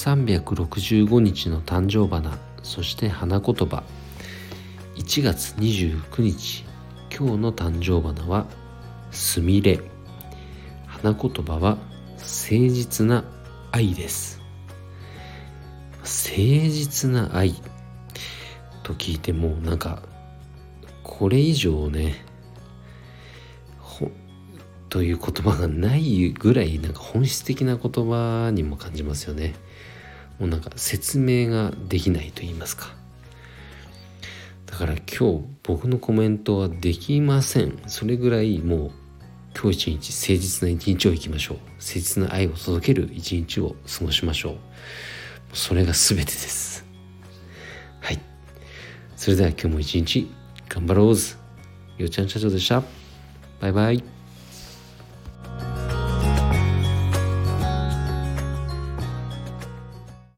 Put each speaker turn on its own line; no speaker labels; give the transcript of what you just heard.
365日の誕生花、そして花言葉。1月29日、今日の誕生花はすみれ。花言葉は誠実な愛です。誠実な愛と聞いてもなんかこれ以上ねという言葉がないぐらいなんか本質的な言葉にも感じますよね。もうなんか説明ができないと言いますか。だから今日僕のコメントはできません。それぐらいもう今日一日誠実な一日を生きましょう。誠実な愛を届ける一日を過ごしましょう。それが全てです。はい。それでは今日も一日頑張ろう。よっちゃん社長でした。バイバイ。